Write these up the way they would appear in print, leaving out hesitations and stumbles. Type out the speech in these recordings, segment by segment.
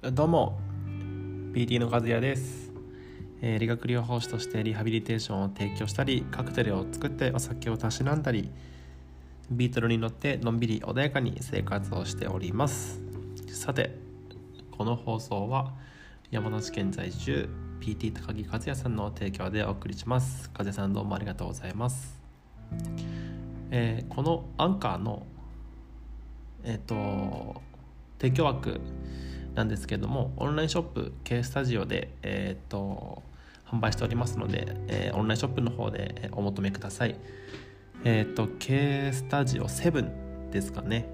どうも PT の和也です。理学療法士としてリハビリテーションを提供したり、カクテルを作ってお酒をたしなんだり、ビートルに乗ってのんびり穏やかに生活をしております。さて、この放送は山梨県在住 PT 高木和也さんの提供でお送りします。和也さん、どうもありがとうございます。このアンカーの提供枠なんですけども、オンラインショップ K スタジオで、販売しておりますので、オンラインショップの方でお求めください。K スタジオ7ですかね。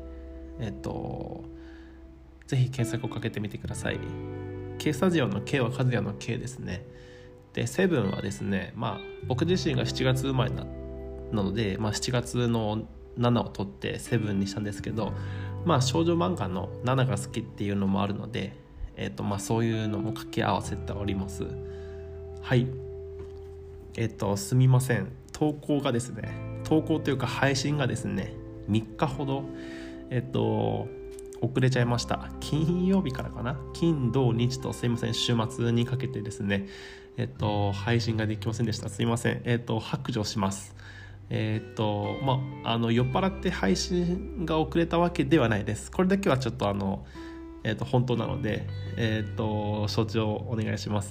ぜひ検索をかけてみてください。K スタジオの K は和也の K ですね。で、7はですね、僕自身が7月生まれなので、7月の7を取って7にしたんですけど、少女漫画の7が好きっていうのもあるので、そういうのも掛け合わせております。はい。すみません。投稿というか配信がですね、3日ほど遅れちゃいました。金曜日からかな。金土日とすいません、週末にかけてですね、配信ができませんでした。すいません。白状します。酔っ払って配信が遅れたわけではないです。これだけはちょっと本当なので、承知をお願いします。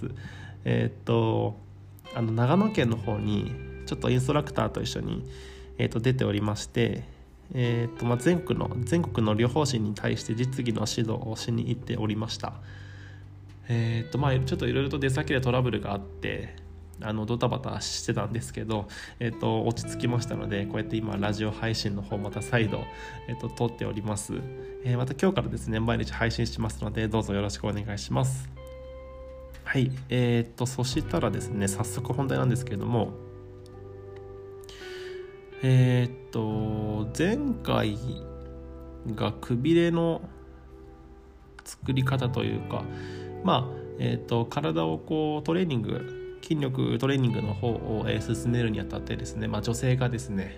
長野県の方にちょっとインストラクターと一緒に、出ておりまして、全国の療法士に対して実技の指導をしに行っておりました。ちょっといろいろと出先でトラブルがあってドタバタしてたんですけど、落ち着きましたので、こうやって今ラジオ配信の方また再度、撮っております。また今日からですね、毎日配信しますので、どうぞよろしくお願いします。はい。そしたらですね、早速本題なんですけれども、前回がくびれの作り方というか、体をこうトレーニング、筋力トレーニングの方を進めるにあたってですね、女性がですね、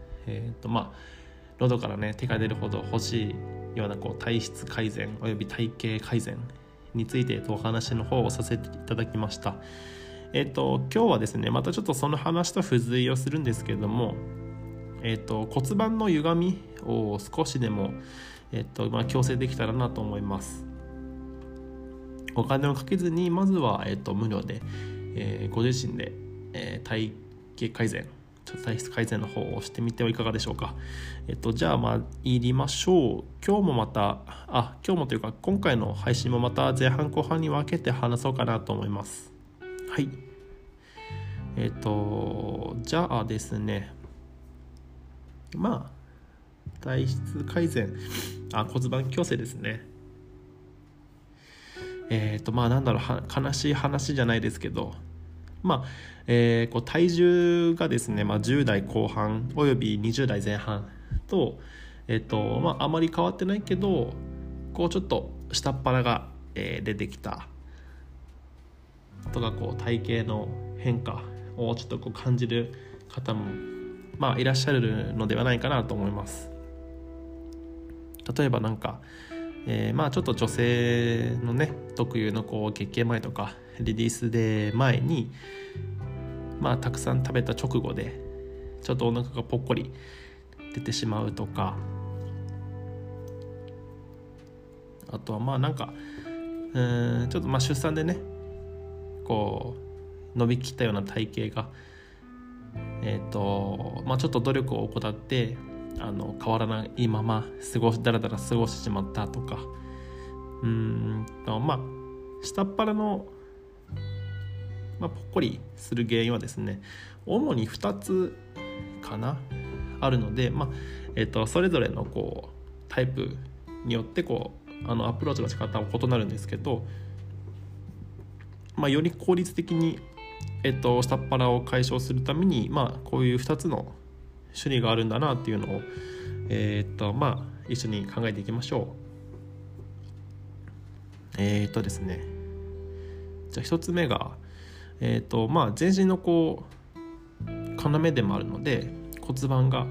喉からね手が出るほど欲しいような体質改善および体型改善についてお話の方をさせていただきました。今日はですね、またちょっとその話と付随をするんですけれども、骨盤の歪みを少しでも、矯正できたらなと思います。お金をかけずに、まずは、無料でご自身で、体型改善、体質改善の方をしてみてはいかがでしょうか。じゃあ参りましょう。今日もというか今回の配信もまた前半後半に分けて話そうかなと思います。はい。じゃあですね、体質改善、骨盤矯正ですね。悲しい話じゃないですけど、体重がですね、10代後半および20代前半と、あまり変わってないけど、ちょっと下っ腹が、出てきたとか、体型の変化をちょっと感じる方もいらっしゃるのではないかなと思います。例えばちょっと女性のね特有の月経前とかリリースデー前にたくさん食べた直後でちょっとお腹がぽっこり出てしまうとか、あとはちょっと出産でね伸びきったような体型がちょっと努力を怠って変わらないままだらだら過ごしてしまったとか、下っ腹の、ぽっこりする原因はですね、主に2つかなあるので、それぞれのタイプによってアプローチの仕方は異なるんですけど、より効率的に下っ腹を解消するためにこういう2つの種類があるんだなっていうのを一緒に考えていきましょう。ですね、じゃあ1つ目が全身の要でもあるので、骨盤が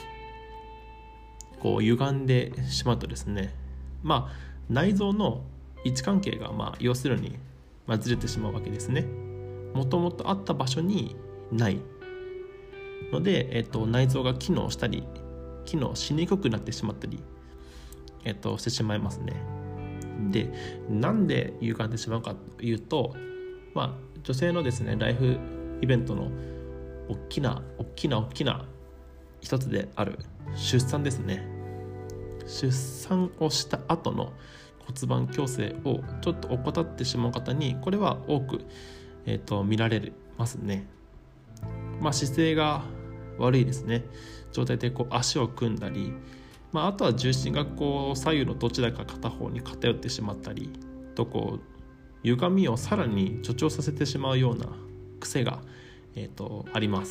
歪んでしまうとですね、内臓の位置関係が要するにずれてしまうわけですね。もともとあった場所にないので、内臓が機能したり機能しにくくなってしまったり、してしまいますね。で、なんで歪んでしまうかというと、女性のですねライフイベントの大きな一つである出産ですね。出産をした後の骨盤矯正をちょっと怠ってしまう方にこれは多く、見られますね。姿勢が悪いですね状態で足を組んだり、あとは重心が左右のどちらか片方に偏ってしまったりと歪みをさらに助長させてしまうような癖が、あります。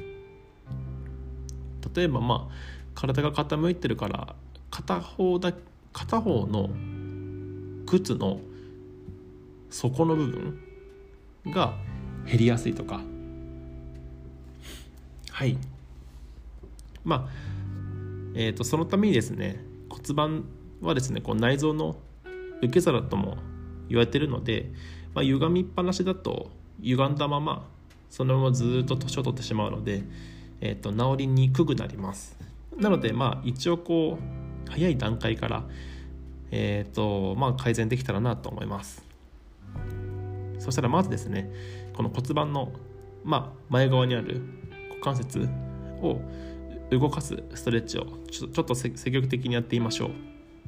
例えば体が傾いてるから片方の靴の底の部分が減りやすいとか、そのためにですね骨盤はですね内臓の受け皿とも言われているので、歪みっぱなしだと歪んだままそのままずっと年を取ってしまうので、治りにくくなります。なので一応早い段階から、改善できたらなと思います。そしたらまずですねこの骨盤の、前側にある股関節を動かすストレッチをちょっと積極的にやってみましょう。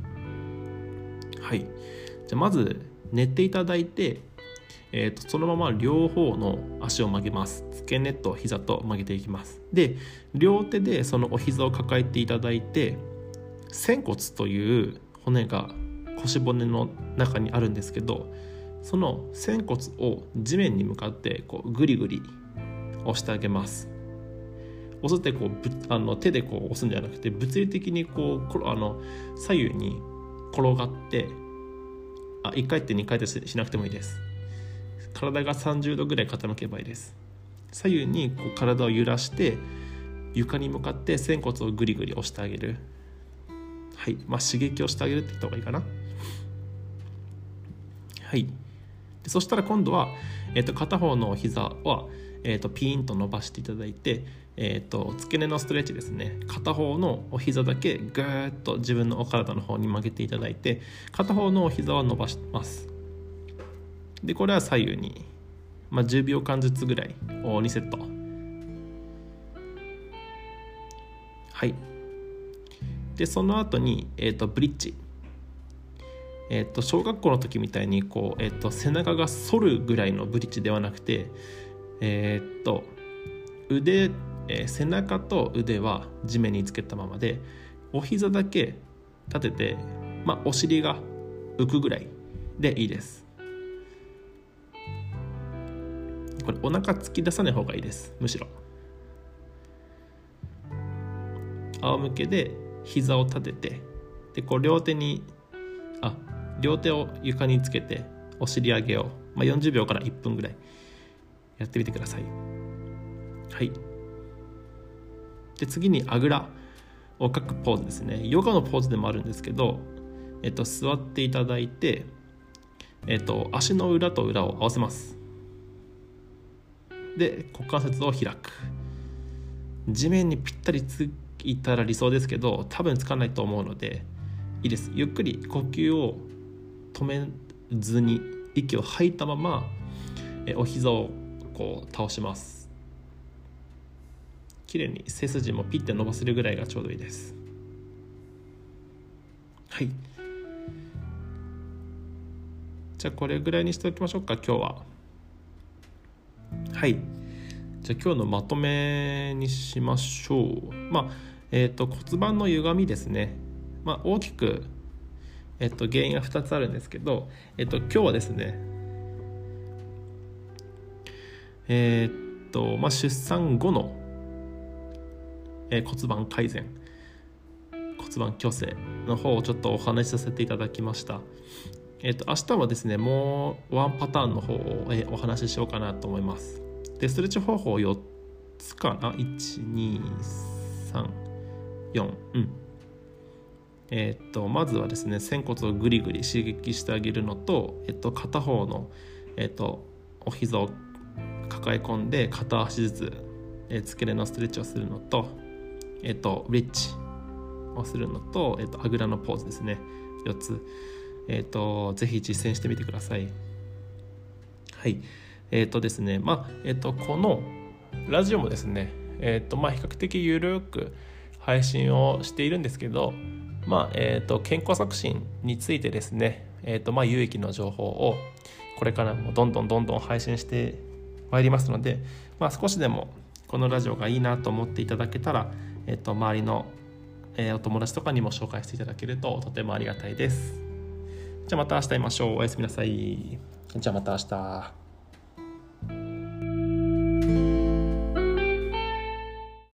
じゃあまず寝ていただいて、そのまま両方の足を曲げます。付け根と膝と曲げていきます。で、両手でそのお膝を抱えていただいて、仙骨という骨が腰骨の中にあるんですけど、その仙骨を地面に向かってグリグリ押してあげます。押すって手で押すんじゃなくて、物理的に左右に転がって1回転2回転しなくてもいいです。体が30度ぐらい傾けばいいです。左右に体を揺らして床に向かって仙骨をグリグリ押してあげる。刺激をしてあげるって言った方がいいかな。でそしたら今度は、片方の膝は、ピーンと伸ばしていただいて、付け根のストレッチですね。片方のお膝だけぐーっと自分のお体の方に曲げていただいて、片方のお膝は伸ばします。でこれは左右に、10秒間ずつぐらいを2セット。でその後に、ブリッジ、小学校の時みたいに背中が反るぐらいのブリッジではなくて、背中と腕は地面につけたままで、お膝だけ立てて、お尻が浮くぐらいでいいです。これお腹突き出さない方がいいです。むしろ仰向けで膝を立てて、で両手を床につけてお尻上げを、40秒から1分ぐらいやってみてください。で次にあぐらをかくポーズですね。ヨガのポーズでもあるんですけど、座っていただいて、足の裏と裏を合わせます。で股関節を開く。地面にぴったりついたら理想ですけど、多分つかないと思うのでいいです。ゆっくり呼吸を止めずに息を吐いたままお膝を倒します。きれいに背筋もピッて伸ばせるぐらいがちょうどいいです。じゃあこれぐらいにしておきましょうか、今日は。じゃあ今日のまとめにしましょう。骨盤の歪みですね。大きく、原因が2つあるんですけど、今日はですね、出産後の、骨盤改善、骨盤矯正の方をちょっとお話しさせていただきました。明日はですね、もうワンパターンの方を、お話ししようかなと思います。でストレッチ方法4つかな、1、2、3、4、 まずはですね、仙骨をぐりぐり刺激してあげるのと、片方の、お膝を抱え込んで片足ずつ、付け根のストレッチをするのと、ウェッジをするのと、あぐらのポーズですね、4つ、ぜひ実践してみてください。はい。ですね、このラジオもですね、比較的ゆるく配信をしているんですけど、健康促進についてですね、有益な情報をこれからもどんどん配信してまいりますので、少しでもこのラジオがいいなと思っていただけたら、周りの、お友達とかにも紹介していただけるととてもありがたいです。じゃあまた明日会いましょう。おやすみなさい。じゃあまた明日。